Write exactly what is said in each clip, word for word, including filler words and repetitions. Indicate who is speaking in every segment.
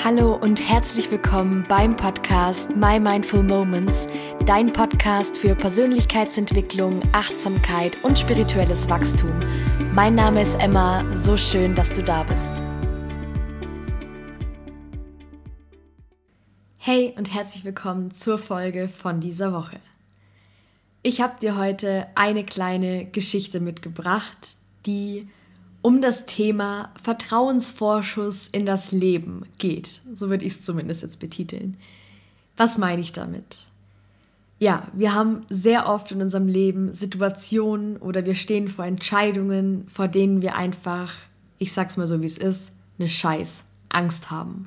Speaker 1: Hallo und herzlich willkommen beim Podcast My Mindful Moments, dein Podcast für Persönlichkeitsentwicklung, Achtsamkeit und spirituelles Wachstum. Mein Name ist Emma, so schön, dass du da bist. Hey und herzlich willkommen zur Folge von dieser Woche. Ich habe dir heute eine kleine Geschichte mitgebracht, die um das Thema Vertrauensvorschuss in das Leben geht. So würde ich es zumindest jetzt betiteln. Was meine ich damit? Ja, wir haben sehr oft in unserem Leben Situationen oder wir stehen vor Entscheidungen, vor denen wir einfach, ich sag's mal so wie es ist, eine scheiß Angst haben.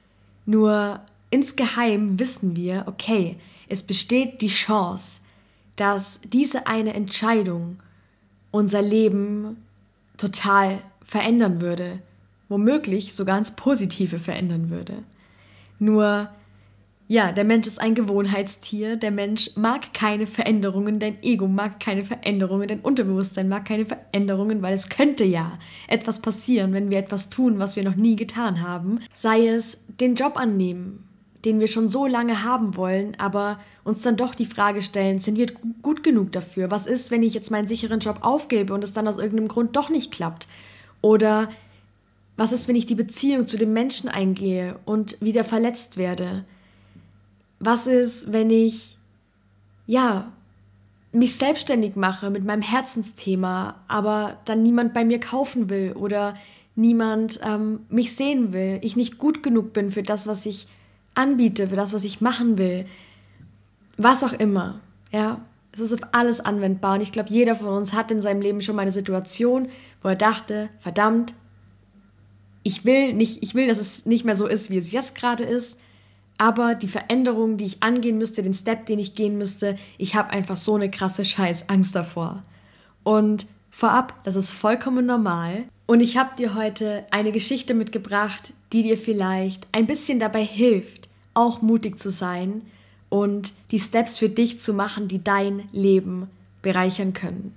Speaker 1: Nur insgeheim wissen wir, okay, es besteht die Chance, dass diese eine Entscheidung unser Leben total verändern würde, womöglich sogar ins Positive verändern würde. Nur, ja, der Mensch ist ein Gewohnheitstier, der Mensch mag keine Veränderungen, dein Ego mag keine Veränderungen, dein Unterbewusstsein mag keine Veränderungen, weil es könnte ja etwas passieren, wenn wir etwas tun, was wir noch nie getan haben, sei es den Job annehmen, den wir schon so lange haben wollen, aber uns dann doch die Frage stellen, sind wir gut genug dafür? Was ist, wenn ich jetzt meinen sicheren Job aufgebe und es dann aus irgendeinem Grund doch nicht klappt? Oder was ist, wenn ich die Beziehung zu dem Menschen eingehe und wieder verletzt werde? Was ist, wenn ich, ja, mich selbstständig mache mit meinem Herzensthema, aber dann niemand bei mir kaufen will oder niemand ähm, mich sehen will, ich nicht gut genug bin für das, was ich anbiete, für das, was ich machen will, was auch immer, ja, es ist auf alles anwendbar und ich glaube, jeder von uns hat in seinem Leben schon mal eine Situation, wo er dachte, verdammt, ich will nicht, ich will, dass es nicht mehr so ist, wie es jetzt gerade ist, aber die Veränderung, die ich angehen müsste, den Step, den ich gehen müsste, ich habe einfach so eine krasse scheiß Angst davor. Und vorab, das ist vollkommen normal. Und ich habe dir heute eine Geschichte mitgebracht, die dir vielleicht ein bisschen dabei hilft, auch mutig zu sein und die Steps für dich zu machen, die dein Leben bereichern können.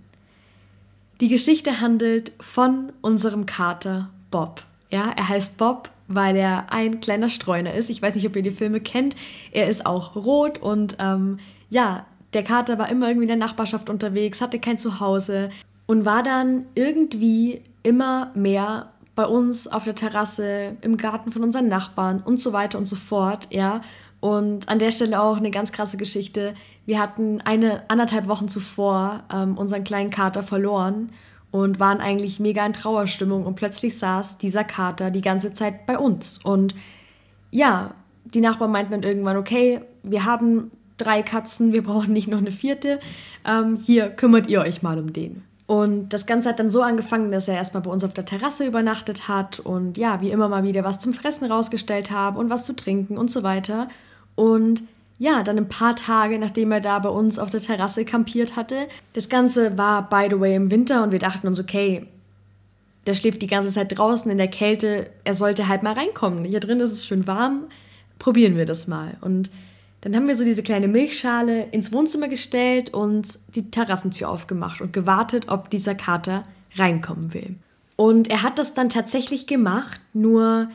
Speaker 1: Die Geschichte handelt von unserem Kater Bob. Ja, er heißt Bob, weil er ein kleiner Streuner ist. Ich weiß nicht, ob ihr die Filme kennt. Er ist auch rot und ähm, ja, der Kater war immer irgendwie in der Nachbarschaft unterwegs, hatte kein Zuhause und war dann irgendwie immer mehr bei uns auf der Terrasse, im Garten von unseren Nachbarn und so weiter und so fort, ja. Und an der Stelle auch eine ganz krasse Geschichte. Wir hatten eine anderthalb Wochen zuvor ähm, unseren kleinen Kater verloren und waren eigentlich mega in Trauerstimmung und plötzlich saß dieser Kater die ganze Zeit bei uns. Und ja, die Nachbarn meinten dann irgendwann, okay, wir haben drei Katzen, wir brauchen nicht noch eine vierte, ähm, hier kümmert ihr euch mal um den. Und das Ganze hat dann so angefangen, dass er erstmal bei uns auf der Terrasse übernachtet hat und ja, wie immer mal wieder was zum Fressen rausgestellt haben und was zu trinken und so weiter. Und ja, dann ein paar Tage, nachdem er da bei uns auf der Terrasse kampiert hatte. Das Ganze war, by the way, im Winter und wir dachten uns, okay, der schläft die ganze Zeit draußen in der Kälte, er sollte halt mal reinkommen. Hier drin ist es schön warm, probieren wir das mal. Und dann haben wir so diese kleine Milchschale ins Wohnzimmer gestellt und die Terrassentür aufgemacht und gewartet, ob dieser Kater reinkommen will. Und er hat das dann tatsächlich gemacht, nur,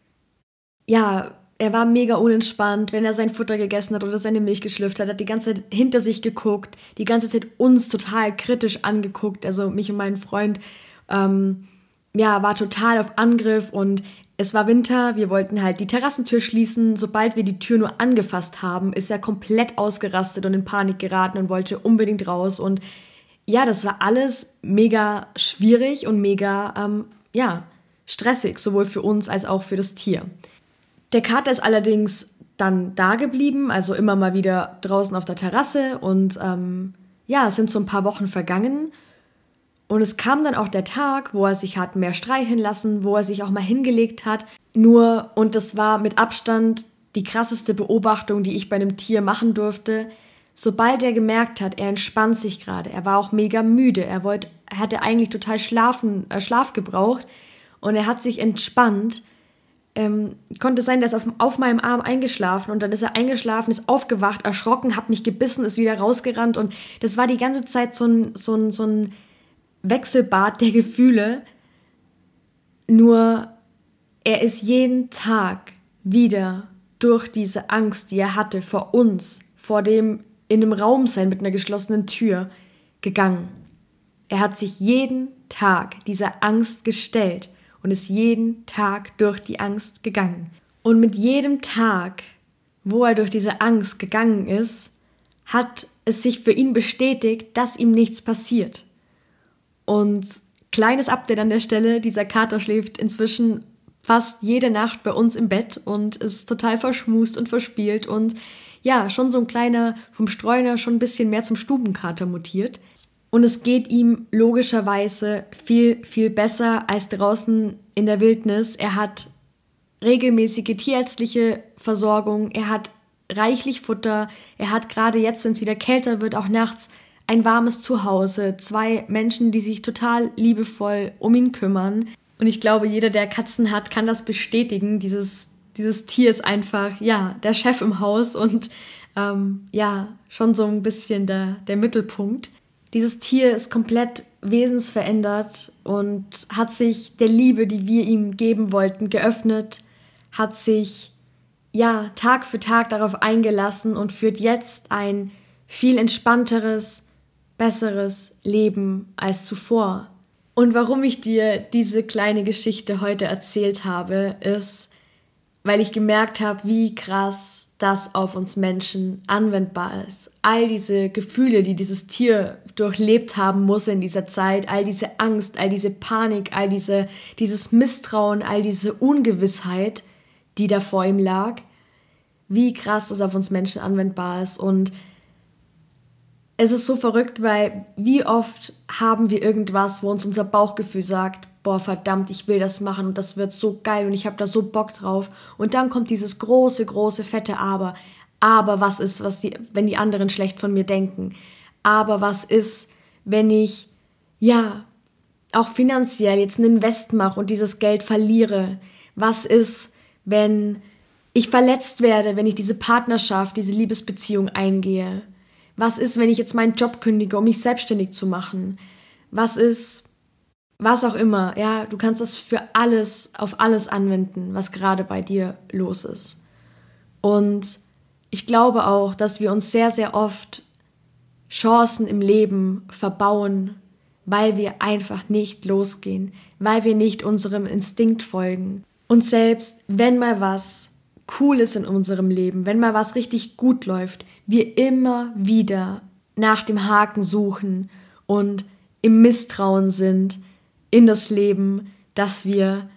Speaker 1: ja, er war mega unentspannt, wenn er sein Futter gegessen hat oder seine Milch geschlürft hat, hat die ganze Zeit hinter sich geguckt, die ganze Zeit uns total kritisch angeguckt, also mich und meinen Freund, ähm, ja, war total auf Angriff und es war Winter, wir wollten halt die Terrassentür schließen. Sobald wir die Tür nur angefasst haben, ist er komplett ausgerastet und in Panik geraten und wollte unbedingt raus. Und ja, das war alles mega schwierig und mega, ähm, ja, stressig, sowohl für uns als auch für das Tier. Der Kater ist allerdings dann da geblieben, also immer mal wieder draußen auf der Terrasse. Und ähm, ja, es sind so ein paar Wochen vergangen. Und es kam dann auch der Tag, wo er sich hat mehr streicheln lassen, wo er sich auch mal hingelegt hat. Nur, und das war mit Abstand die krasseste Beobachtung, die ich bei einem Tier machen durfte, sobald er gemerkt hat, er entspannt sich gerade, er war auch mega müde, er wollte, er hatte eigentlich total schlafen, äh, Schlaf gebraucht und er hat sich entspannt, ähm, konnte sein, der ist auf, auf meinem Arm eingeschlafen und dann ist er eingeschlafen, ist aufgewacht, erschrocken, hat mich gebissen, ist wieder rausgerannt und das war die ganze Zeit so ein, so ein, so ein Wechselbad der Gefühle, nur er ist jeden Tag wieder durch diese Angst, die er hatte vor uns, vor dem in einem Raum sein mit einer geschlossenen Tür, gegangen. Er hat sich jeden Tag dieser Angst gestellt und ist jeden Tag durch die Angst gegangen. Und mit jedem Tag, wo er durch diese Angst gegangen ist, hat es sich für ihn bestätigt, dass ihm nichts passiert. Und kleines Update an der Stelle, dieser Kater schläft inzwischen fast jede Nacht bei uns im Bett und ist total verschmust und verspielt und ja, schon so ein kleiner, vom Streuner schon ein bisschen mehr zum Stubenkater mutiert. Und es geht ihm logischerweise viel, viel besser als draußen in der Wildnis. Er hat regelmäßige tierärztliche Versorgung, er hat reichlich Futter, er hat gerade jetzt, wenn es wieder kälter wird, auch nachts ein warmes Zuhause, zwei Menschen, die sich total liebevoll um ihn kümmern. Und ich glaube, jeder, der Katzen hat, kann das bestätigen. Dieses, dieses Tier ist einfach, ja, der Chef im Haus und ähm, ja, schon so ein bisschen der, der Mittelpunkt. Dieses Tier ist komplett wesensverändert und hat sich der Liebe, die wir ihm geben wollten, geöffnet, hat sich ja Tag für Tag darauf eingelassen und führt jetzt ein viel entspannteres, besseres Leben als zuvor. Und warum ich dir diese kleine Geschichte heute erzählt habe, ist, weil ich gemerkt habe, wie krass das auf uns Menschen anwendbar ist. All diese Gefühle, die dieses Tier durchlebt haben muss in dieser Zeit, all diese Angst, all diese Panik, all diese, dieses Misstrauen, all diese Ungewissheit, die da vor ihm lag, wie krass das auf uns Menschen anwendbar ist. Und es ist so verrückt, weil wie oft haben wir irgendwas, wo uns unser Bauchgefühl sagt, boah, verdammt, ich will das machen und das wird so geil und ich habe da so Bock drauf. Und dann kommt dieses große, große, fette Aber. Aber was ist, was die, wenn die anderen schlecht von mir denken? Aber was ist, wenn ich, ja, auch finanziell jetzt einen Invest mache und dieses Geld verliere? Was ist, wenn ich verletzt werde, wenn ich diese Partnerschaft, diese Liebesbeziehung eingehe? Was ist, wenn ich jetzt meinen Job kündige, um mich selbstständig zu machen? Was ist, was auch immer, ja, du kannst das für alles, auf alles anwenden, was gerade bei dir los ist. Und ich glaube auch, dass wir uns sehr, sehr oft Chancen im Leben verbauen, weil wir einfach nicht losgehen, weil wir nicht unserem Instinkt folgen. Und selbst wenn mal was cool ist in unserem Leben, wenn mal was richtig gut läuft, wir immer wieder nach dem Haken suchen und im Misstrauen sind in das Leben, dass wir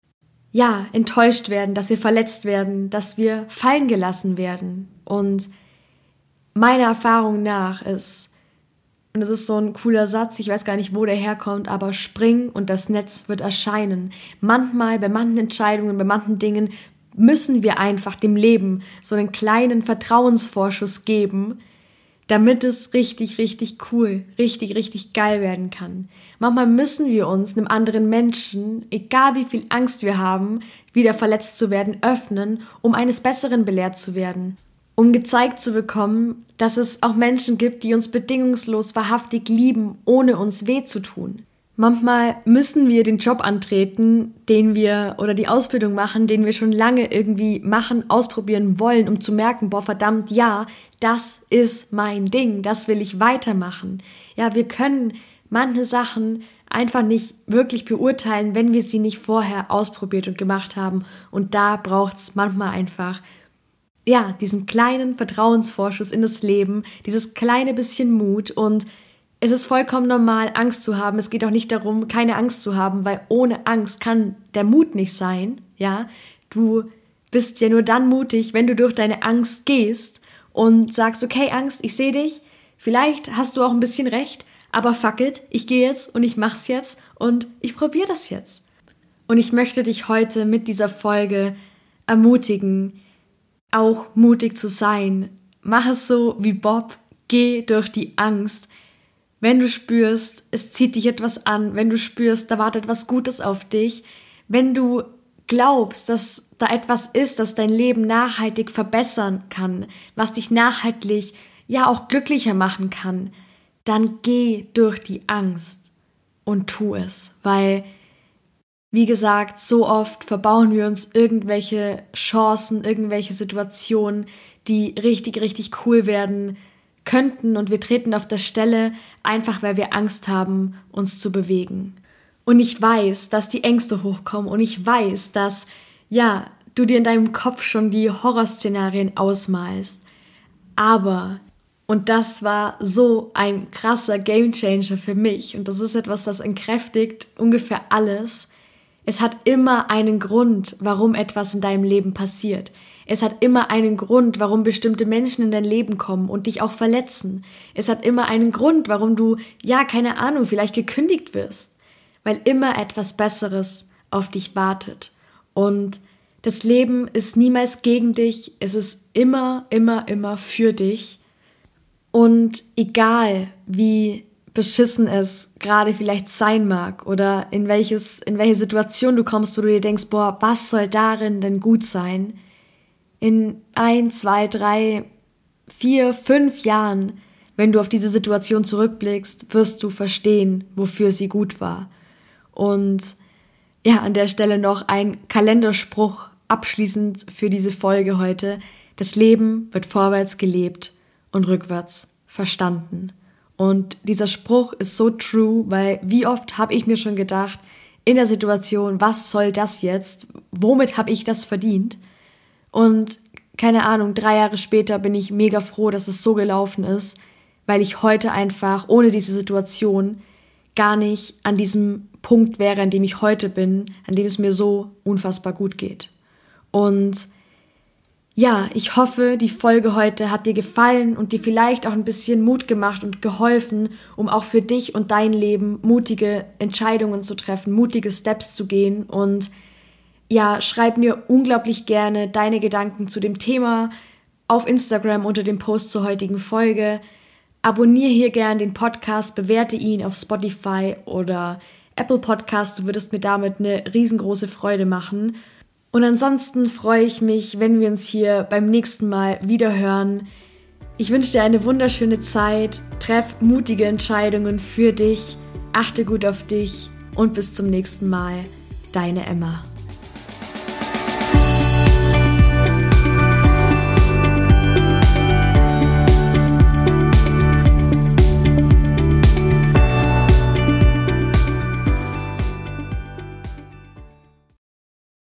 Speaker 1: ja enttäuscht werden, dass wir verletzt werden, dass wir fallen gelassen werden. Und meiner Erfahrung nach ist, und das ist so ein cooler Satz, ich weiß gar nicht, wo der herkommt, aber spring und das Netz wird erscheinen. Manchmal, bei manchen Entscheidungen, bei manchen Dingen müssen wir einfach dem Leben so einen kleinen Vertrauensvorschuss geben, damit es richtig, richtig cool, richtig, richtig geil werden kann. Manchmal müssen wir uns einem anderen Menschen, egal wie viel Angst wir haben, wieder verletzt zu werden, öffnen, um eines Besseren belehrt zu werden. Um gezeigt zu bekommen, dass es auch Menschen gibt, die uns bedingungslos wahrhaftig lieben, ohne uns weh zu tun. Manchmal müssen wir den Job antreten, den wir oder die Ausbildung machen, den wir schon lange irgendwie machen, ausprobieren wollen, um zu merken, boah, verdammt, ja, das ist mein Ding, das will ich weitermachen. Ja, wir können manche Sachen einfach nicht wirklich beurteilen, wenn wir sie nicht vorher ausprobiert und gemacht haben. Und da braucht es manchmal einfach, ja, diesen kleinen Vertrauensvorschuss in das Leben, dieses kleine bisschen Mut. Und es ist vollkommen normal, Angst zu haben. Es geht auch nicht darum, keine Angst zu haben, weil ohne Angst kann der Mut nicht sein. Ja, du bist ja nur dann mutig, wenn du durch deine Angst gehst und sagst, okay, Angst, ich sehe dich. Vielleicht hast du auch ein bisschen recht, aber fuck it, ich gehe jetzt und ich mach's jetzt und ich probiere das jetzt. Und ich möchte dich heute mit dieser Folge ermutigen, auch mutig zu sein. Mach es so wie Bob, geh durch die Angst. Wenn du spürst, es zieht dich etwas an, wenn du spürst, da wartet was Gutes auf dich, wenn du glaubst, dass da etwas ist, das dein Leben nachhaltig verbessern kann, was dich nachhaltig ja auch glücklicher machen kann, dann geh durch die Angst und tu es, weil Wie gesagt, so oft verbauen wir uns irgendwelche Chancen, irgendwelche Situationen, die richtig, richtig cool werden könnten und wir treten auf der Stelle, einfach weil wir Angst haben, uns zu bewegen. Und ich weiß, dass die Ängste hochkommen und ich weiß, dass, ja, du dir in deinem Kopf schon die Horrorszenarien ausmalst. Aber, und das war so ein krasser Gamechanger für mich und das ist etwas, das entkräftigt ungefähr alles. Es hat immer einen Grund, warum etwas in deinem Leben passiert. Es hat immer einen Grund, warum bestimmte Menschen in dein Leben kommen und dich auch verletzen. Es hat immer einen Grund, warum du, ja, keine Ahnung, vielleicht gekündigt wirst. Weil immer etwas Besseres auf dich wartet. Und das Leben ist niemals gegen dich. Es ist immer, immer, immer für dich. Und egal, wie beschissen es gerade vielleicht sein mag oder in welches, in welche Situation du kommst, wo du dir denkst, boah, was soll darin denn gut sein? In ein, zwei, drei, vier, fünf Jahren, wenn du auf diese Situation zurückblickst, wirst du verstehen, wofür sie gut war. Und ja, an der Stelle noch ein Kalenderspruch abschließend für diese Folge heute. Das Leben wird vorwärts gelebt und rückwärts verstanden. Und dieser Spruch ist so true, weil wie oft habe ich mir schon gedacht, in der Situation, was soll das jetzt? Womit habe ich das verdient? Und keine Ahnung, drei Jahre später bin ich mega froh, dass es so gelaufen ist, weil ich heute einfach ohne diese Situation gar nicht an diesem Punkt wäre, an dem ich heute bin, an dem es mir so unfassbar gut geht. Und ja, ich hoffe, die Folge heute hat dir gefallen und dir vielleicht auch ein bisschen Mut gemacht und geholfen, um auch für dich und dein Leben mutige Entscheidungen zu treffen, mutige Steps zu gehen. Und ja, schreib mir unglaublich gerne deine Gedanken zu dem Thema auf Instagram unter dem Post zur heutigen Folge. Abonniere hier gerne den Podcast, bewerte ihn auf Spotify oder Apple Podcast. Du würdest mir damit eine riesengroße Freude machen. Und ansonsten freue ich mich, wenn wir uns hier beim nächsten Mal wieder hören. Ich wünsche dir eine wunderschöne Zeit, treff mutige Entscheidungen für dich, achte gut auf dich und bis zum nächsten Mal. Deine Emma.